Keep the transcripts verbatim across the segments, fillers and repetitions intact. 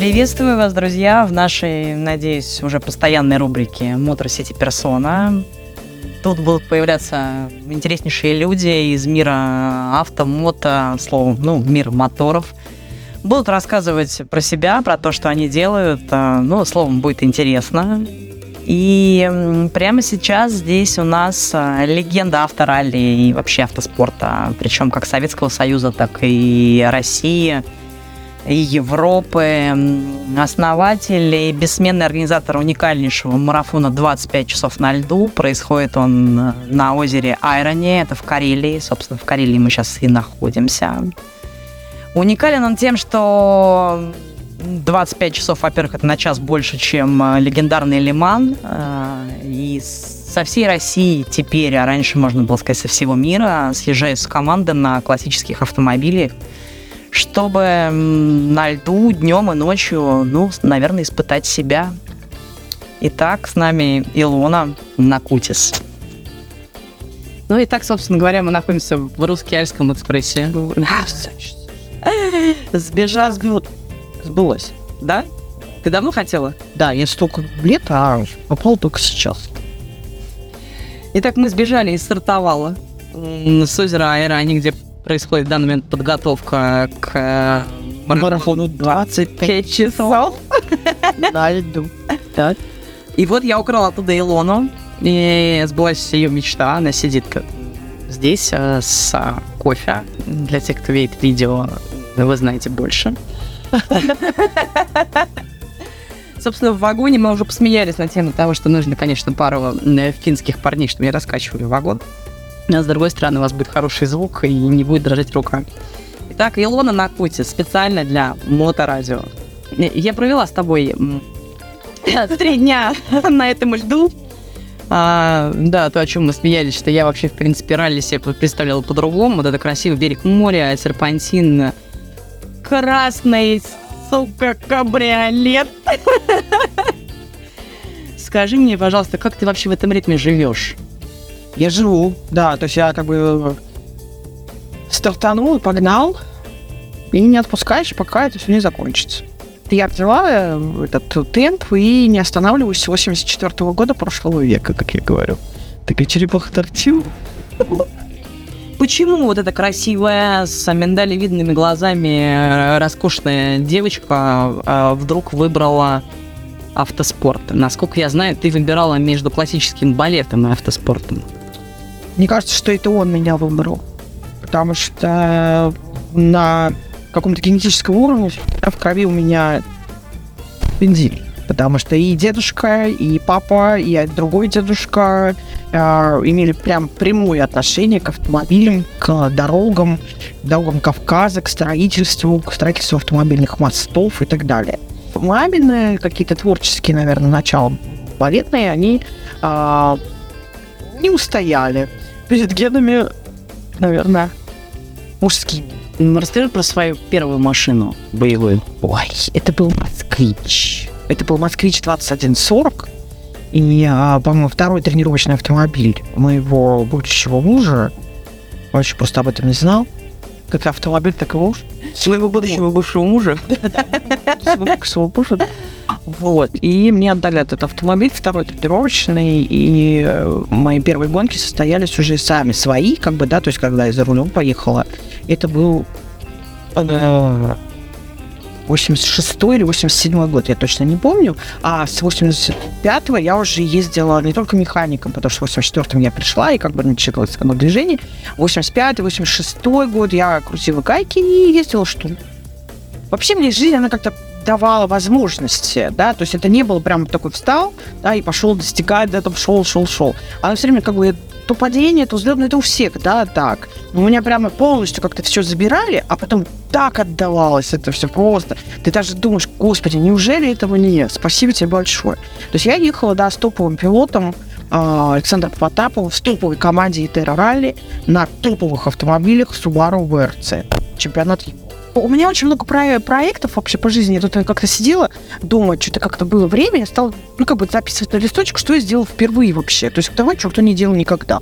Приветствую вас, друзья, в нашей, надеюсь, уже постоянной рубрике Motor City Persona. Тут будут появляться интереснейшие люди из мира авто, мото, словом, ну, мир моторов. Будут рассказывать про себя, про то, что они делают. Ну, словом, будет интересно. И прямо сейчас здесь у нас легенда авторалли и вообще автоспорта, причем как Советского Союза, так и России, и Европы, основатель и бессменный организатор уникальнейшего марафона двадцать пять часов на льду. Происходит он на озере Айроне, это в Карелии, собственно, в Карелии мы сейчас и находимся. Уникален он тем, что двадцать пять часов, во-первых, это на час больше, чем легендарный Лиман, и со всей России теперь, а раньше можно было сказать со всего мира, съезжаются команды на классических автомобилях, чтобы на льду днем и ночью, ну, наверное, испытать себя. Итак, с нами Илона Накутис. Ну и так, собственно говоря, мы находимся в Русско-Альском экспрессе. Сбежал, сбил... Сбылось. Да? Ты давно хотела? Да, я столько лет, а попал только сейчас. Итак, мы сбежали из Сартовала с озера Айрани, где происходит в данный момент подготовка к марафону двадцать пять часов на льду. Так. И вот я украла оттуда Илону, и сбылась ее мечта. Она сидит здесь с кофе. Для тех, кто видит видео, вы знаете больше. Собственно, в вагоне мы уже посмеялись на тему того, что нужно, конечно, пару финских парней, чтобы не раскачивали вагон. Но, с другой стороны, у вас будет хороший звук и не будет дрожать рука. Итак, Илона Накутис, специально для Моторадио. Я провела с тобой три дня на этом льду. А, да, то, о чем мы смеялись, что я вообще, в принципе, ралли себе представляла по-другому. Вот это красивый берег моря, серпантин, красный, сука, кабриолет. Скажи мне, пожалуйста, как ты вообще в этом ритме живешь? Я живу, да, то есть я как бы стартанул и погнал, и не отпускаешь, пока это все не закончится. Я взяла этот темп и не останавливаюсь с восемьдесят четвёртого года прошлого века, как я говорю. Такая черепаха тортил. Почему вот эта красивая, с миндалевидными глазами, роскошная девочка вдруг выбрала автоспорт? Насколько я знаю, ты выбирала между классическим балетом и автоспортом. Мне кажется, что это он меня выбрал. Потому что на каком-то генетическом уровне в крови у меня бензин. Потому что и дедушка, и папа, и другой дедушка э, имели прям прямое отношение к автомобилям, к дорогам, к дорогам Кавказа, к строительству, к строительству автомобильных мостов и так далее. Мамины какие-то творческие, наверное, начала балетные, они э, не устояли перед генами, наверное, мужскими. Расскажи про свою первую машину боевую. Ой, это был «Москвич». Это был «Москвич» двадцать один сорок. И, а, по-моему, второй тренировочный автомобиль моего будущего мужа. Он еще просто об этом не знал. Как автомобиль, так и муж. Своего будущего бывшего мужа. Своего мужа. Вот. И мне отдали этот автомобиль, второй тренировочный. И мои первые гонки состоялись уже сами свои, как бы, да, то есть, когда я за рулем поехала. Это был э, восемьдесят шестой или восемьдесят седьмой год, я точно не помню. А с восемьдесят пятого я уже ездила не только механиком, потому что в восемьдесят четвёртом я пришла и как бы начала канал движений. восемьдесят пятый, восемьдесят шестой год я крутила гайки и ездила что? Вообще мне жизнь, она как-то давала возможности, да, то есть это не было прям такой встал, да, и пошел достигать, да, там шел, шел, шел. А все время как бы то падение, то взлет, ну это у всех, да, так. Но у меня прямо полностью как-то все забирали, а потом так отдавалось это все просто. Ты даже думаешь, господи, неужели этого нет? Спасибо тебе большое. То есть я ехала, да, с топовым пилотом Александром Потаповым в топовой команде Итера Ралли на топовых автомобилях Subaru ви ар си. Чемпионат. У меня очень много про- проектов вообще по жизни. Я тут как-то сидела, думаю, что-то как-то было время, я стала, ну, как бы записывать на листочек, что я сделала впервые вообще. То есть того, чего кто не делал никогда.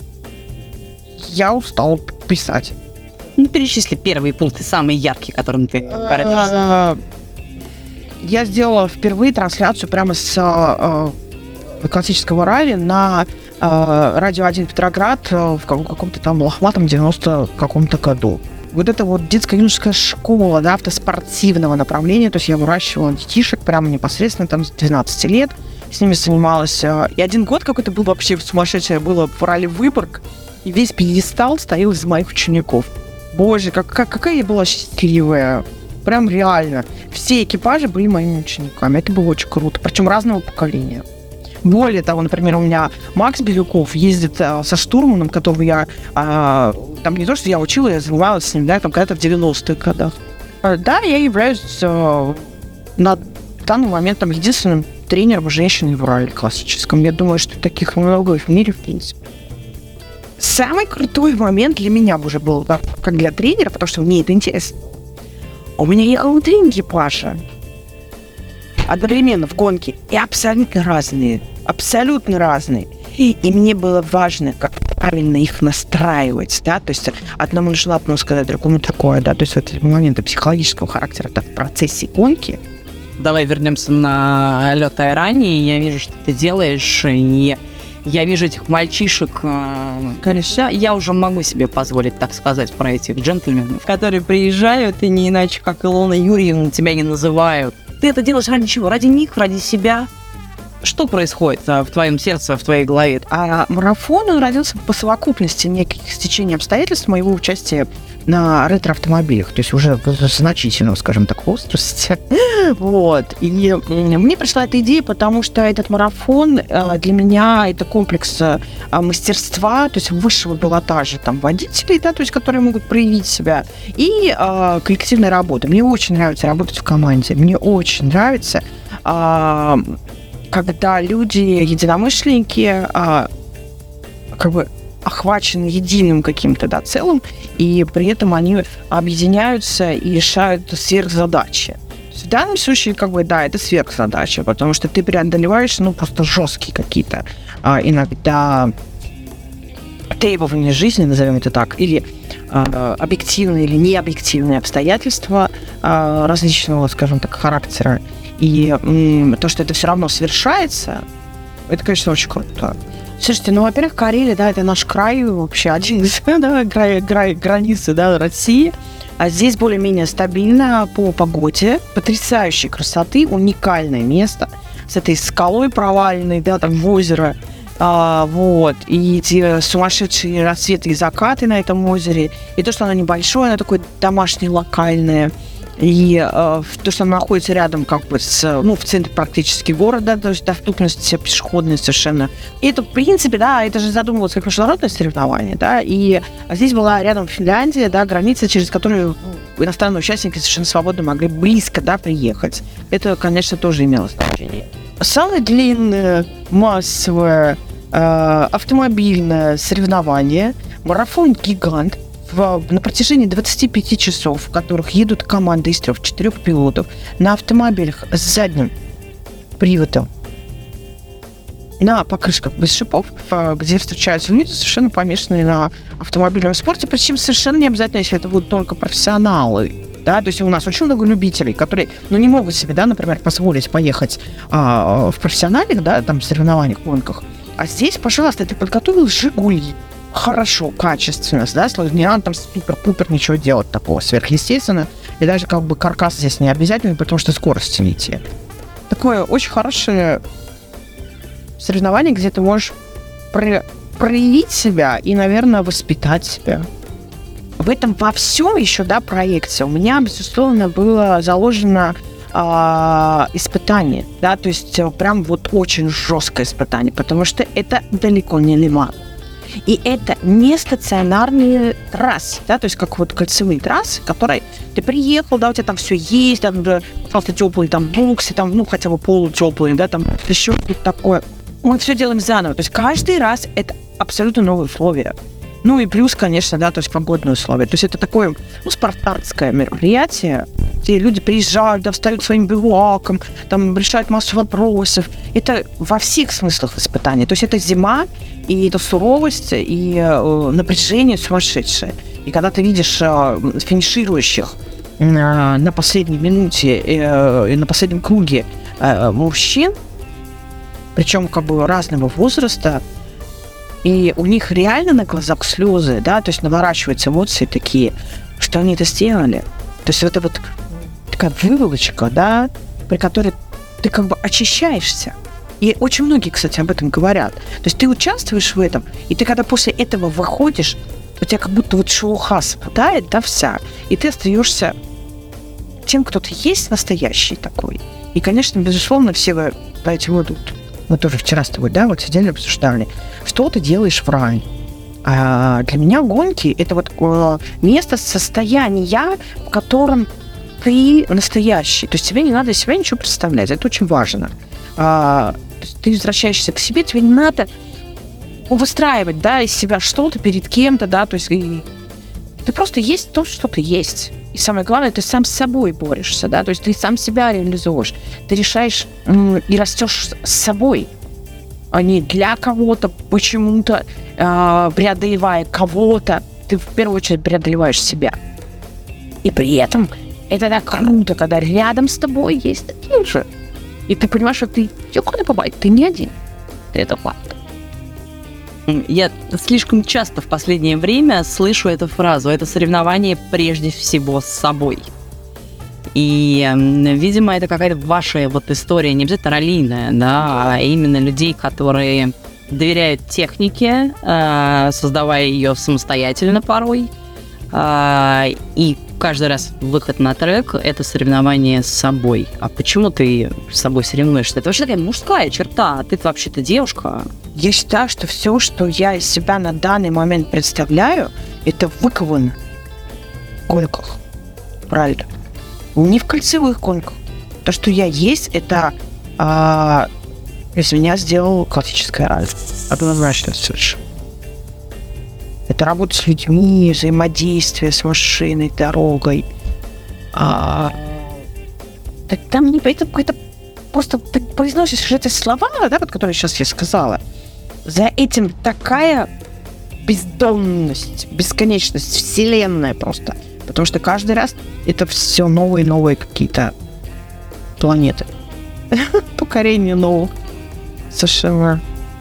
Я устала писать. Ну, перечисли первые пункты, самые яркие, которыми ты гордишься. я сделала впервые трансляцию прямо с э, классического ралли на э, радио один Петроград в каком-то там лохматом девяностом каком-то году. Вот это вот детско-юношеская школа, да, автоспортивного направления, то есть я выращивала детишек прямо непосредственно там с двенадцати лет, с ними занималась. И один год какой-то был вообще сумасшедший, было в ралли Выборг, и весь пьедестал стоял из моих учеников. Боже, как, как, какая я была счастливая. Прям реально. Все экипажи были моими учениками. Это было очень круто. Причем разного поколения. Более того, например, у меня Макс Бирюков ездит а, со штурманом, которого я... А, там не то, что я учила, я занималась с ним, да, там когда-то в девяностых годах. А, да, я являюсь а, на данный момент там единственным тренером женщины в ралли классическом. Я думаю, что таких много в мире, в принципе. Самый крутой момент для меня уже был, да, как для тренера, потому что мне это интересно. У меня ехало три экипажа одновременно в гонке, и абсолютно разные, абсолютно разные. И, и мне было важно, как правильно их настраивать, да, то есть одному нужно одно сказать, другому такое, да, то есть вот эти моменты психологического характера да, в процессе гонки. Давай вернемся на лёд Айрани. Я вижу, что ты делаешь, и я вижу этих мальчишек. Конечно, я уже могу себе позволить так сказать про этих джентльменов, которые приезжают, и не иначе, как Илона Юрьевна, тебя не называют. Ты это делаешь ради чего? Ради них, ради себя? Что происходит а, в твоем сердце, в твоей голове? А марафон, он родился по совокупности неких стечений обстоятельств моего участия на ретро-автомобилях, то есть уже в значительном, скажем так, возрасте. Вот. И мне пришла эта идея, потому что этот марафон для меня это комплекс мастерства, то есть высшего пилотажа там водителей, да, то есть которые могут проявить себя, и а, коллективная работа. Мне очень нравится работать в команде. Мне очень нравится, а, когда люди, единомышленники, а, как бы охвачены единым каким-то да, целым, и при этом они объединяются и решают сверхзадачи. В данном случае, как бы, да, это сверхзадача, потому что ты преодолеваешь, ну, просто жесткие какие-то а, иногда требования жизни, назовем это так, или а, объективные или необъективные обстоятельства а, различного, скажем так, характера. И м, то, что это все равно совершается, это, конечно, очень круто. Слушайте, ну, во-первых, Карелия, да, это наш край, вообще один из да, край, край, границы, да, России. А здесь более-менее стабильно по погоде, потрясающей красоты, уникальное место с этой скалой проваленной, да, там в озеро, а, вот, и эти сумасшедшие рассветы и закаты на этом озере, и то, что оно небольшое, оно такое домашнее, локальное. И э, то, что оно находится рядом, как бы, с, ну, в центре практически города, то есть доступность пешеходная совершенно. И это, в принципе, да, это же задумывалось как международное соревнование, да, и здесь была рядом Финляндия, да, граница, через которую ну, иностранные участники совершенно свободно могли близко, да, приехать. Это, конечно, тоже имело значение. Самое длинное, массовое э, автомобильное соревнование, марафон «Гигант», на протяжении двадцати пяти часов, в которых едут команды из трех-четырех пилотов на автомобилях с задним приводом, на покрышках без шипов, где встречаются люди, совершенно помешанные на автомобильном спорте, причем совершенно не обязательно, если это будут только профессионалы. Да, то есть у нас очень много любителей, которые, ну, не могут себе, да, например, позволить поехать а, в профессиональных, да, там, соревнованиях, гонках. А здесь, пожалуйста, ты подготовил «Жигули». Хорошо, качественно, да, не надо там супер-пупер ничего делать такого сверхъестественно, и даже как бы каркас здесь не обязательно, потому что скорость летит. Такое очень хорошее соревнование, где ты можешь про- проявить себя и, наверное, воспитать себя. В этом во всем еще, да, проекте у меня, безусловно, было заложено а, испытание, да, то есть прям вот очень жесткое испытание, потому что это далеко не Лиман. И это не стационарные трассы, да, то есть как вот кольцевые трассы, которые ты приехал, да, у тебя там все есть, там, да, пожалуйста, теплые там боксы, там, ну, хотя бы полутеплые, да, там еще что-то такое. Мы все делаем заново, то есть каждый раз это абсолютно новые условия. Ну и плюс, конечно, да, то есть погодные условия. То есть это такое, ну, спартанское мероприятие, где люди приезжают, да, встают своим бивуаком, там, решают массу вопросов. Это во всех смыслах испытания. То есть это зима, и это суровость, и э, напряжение сумасшедшее. И когда ты видишь э, финиширующих на, на последней минуте э, и на последнем круге э, мужчин, причем как бы разного возраста, и у них реально на глазах слезы, да, то есть наворачиваются эмоции такие, что они это сделали. То есть это вот такая выволочка, да, при которой ты как бы очищаешься. И очень многие, кстати, об этом говорят. То есть ты участвуешь в этом, и ты когда после этого выходишь, у тебя как будто вот шелуха спадает, да, вся, и ты остаешься тем, кто ты есть настоящий такой. И, конечно, безусловно, все вы, знаете, вот тут, мы тоже вчера с тобой, да, вот сидели, обсуждали, что ты делаешь в рай. А для меня гонки – это вот такое место состояния, в котором ты настоящий. То есть тебе не надо из себя ничего представлять, это очень важно. А, ты возвращаешься к себе, тебе не надо выстраивать, да, из себя что-то перед кем-то, да, то есть и, ты просто есть то, что ты есть. И самое главное, ты сам с собой борешься, да, то есть ты сам себя реализуешь, ты решаешь м- и растешь с собой, а не для кого-то, почему-то э, преодолевая кого-то, ты в первую очередь преодолеваешь себя. И при этом это так круто, когда рядом с тобой есть такие же. И ты понимаешь, что ты куда побывать, ты не один. Это факт. Я слишком часто в последнее время слышу эту фразу. Это соревнование прежде всего с собой. И, видимо, это какая-то ваша вот история, не обязательно раллийная, да, а именно людей, которые доверяют технике, создавая ее самостоятельно порой. И каждый раз выход на трек – это соревнование с собой. А почему ты с собой соревнуешься? Это вообще такая мужская черта, а ты вообще-то девушка. Я считаю, что все, что я из себя на данный момент представляю, это выковано в гонках. Правильно. Не в кольцевых гонках. То, что я есть, это а, из меня сделал классическая ралли. Однозначно совершенно. Это работа с людьми, взаимодействие с машиной, дорогой. А, так там не это, это просто ты произносишь эти слова, да, вот, которые сейчас я сказала. За этим такая бездонность, бесконечность, вселенная просто. Потому что каждый раз это все новые и новые какие-то планеты. Покорение новых. Совершенно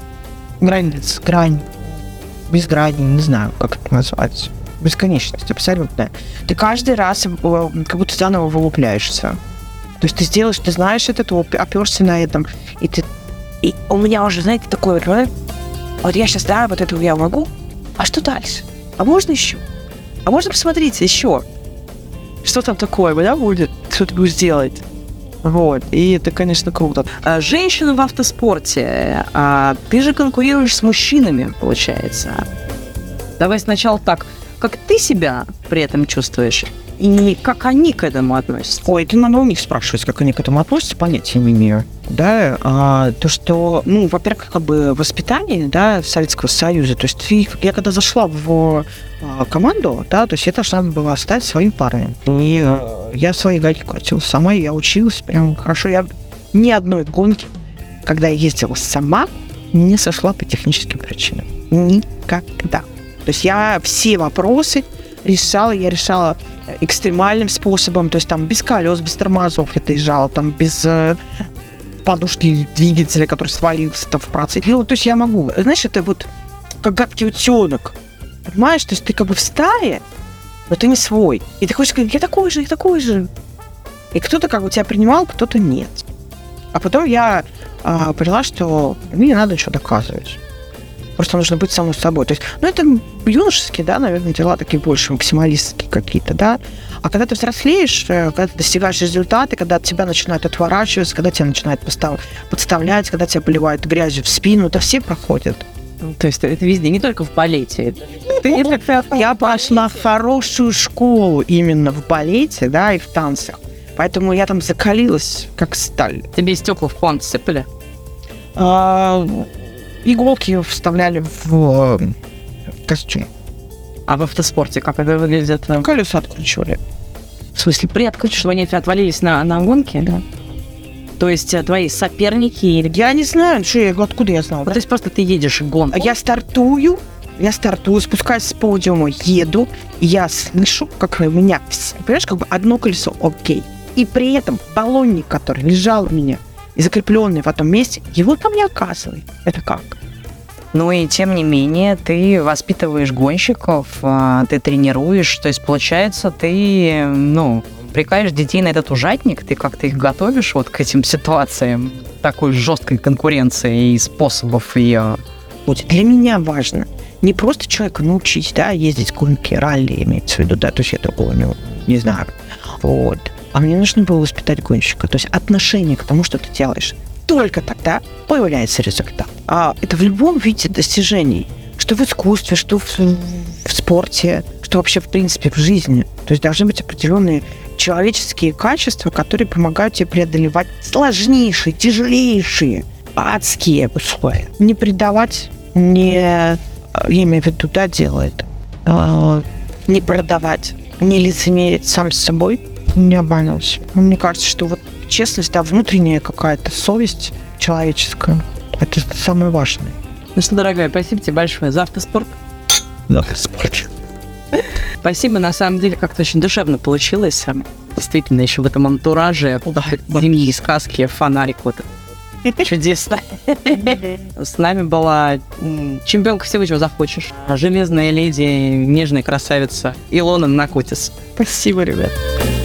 границ, грань. Без грани, не знаю, как это назвать. Бесконечность, абсолютно. Ты каждый раз как будто заново вылупляешься. То есть ты сделаешь, ты знаешь это, ты оперся на этом. И ты... И у меня уже, знаете, такое вот, вот я сейчас, да, вот это я могу, а что дальше? А можно еще? А можно посмотреть еще? Что там такое, да, будет? Что ты будешь делать? Вот, и это, конечно, круто. А, женщина в автоспорте, а, ты же конкурируешь с мужчинами, получается. Давай сначала так, как ты себя при этом чувствуешь, и как они к этому относятся? Ой, это надо у них спрашивать, как они к этому относятся, понятия не имею. Да, а, то, что, ну, во-первых, как бы воспитание, да, Советского Союза, то есть ты, я когда зашла в а, команду, да, то есть я должна была стать своим парнем. И а, я свои гайки крутила сама, я училась прям хорошо. Я ни одной гонки, когда я ездила сама, не сошла по техническим причинам. Никогда. То есть я все вопросы решала, я решала экстремальным способом, то есть там без колес, без тормозов я доезжала, там без э, подушки двигателя, который свалился там в процессе. То есть я могу. Знаешь, это вот как гадкий утенок. Понимаешь? То есть ты как бы в стае, но ты не свой. И ты хочешь сказать, я такой же, я такой же. И кто-то как бы тебя принимал, кто-то нет. А потом я э, поняла, что мне не надо ничего доказывать. Просто нужно быть самой собой. То есть, ну, это юношеские, да, наверное, дела такие больше максималистские какие-то, да. А когда ты взрослеешь, когда ты достигаешь результаты, когда от тебя начинают отворачиваться, когда тебя начинают постав... подставлять, когда тебя поливают грязью в спину, это все проходят. То есть это везде, не только в балете. Ты, я пошла в хорошую школу именно в балете, да, и в танцах. Поэтому я там закалилась, как сталь. Тебе стекла в план сыпали? А, иголки вставляли в, в костюм. А в автоспорте как это выглядит? Колеса откручивали. В смысле, при откручивании тебя отвалились на, на гонке? Да. То есть твои соперники или... Я не знаю, что я, откуда я знала. Да? То есть просто ты едешь гонку? Я стартую, я стартую, спускаюсь с подиума, еду, и я слышу, как у меня, понимаешь, как бы одно колесо, окей. И при этом баллонник, который лежал у меня и закрепленный в этом месте, его там не оказывает. Это как? Ну и тем не менее, ты воспитываешь гонщиков, а, ты тренируешь, то есть получается, ты, ну, прикаешь детей на этот ужатник, ты как-то их готовишь вот к этим ситуациям, такой жесткой конкуренции и способов ее. Вот для меня важно не просто человека научить, да, ездить гонки, ралли, имеется в виду, да, то есть я такого не, не знаю, вот. А мне нужно было воспитать гонщика, то есть отношение к тому, что ты делаешь. Только тогда появляется результат. А это в любом виде достижений, что в искусстве, что в, в спорте, что вообще в принципе в жизни. То есть должны быть определенные человеческие качества, которые помогают тебе преодолевать сложнейшие, тяжелейшие, адские условия. Не предавать, не, я имею в виду, да, делает, э, не продавать, не лицемерить сам с собой, не обманывать. Мне кажется, что вот честность, да, внутренняя какая-то совесть человеческая, это самое важное. Ну что, дорогая, спасибо тебе большое за автоспорт. За автоспорт. Спасибо, на самом деле, как-то очень душевно получилось. Действительно, еще в этом антураже зимние сказки, фонарик вот чудесно. С нами была чемпионка всего, чего захочешь. Железная леди, нежная красавица Илона Накутис. Спасибо, ребят.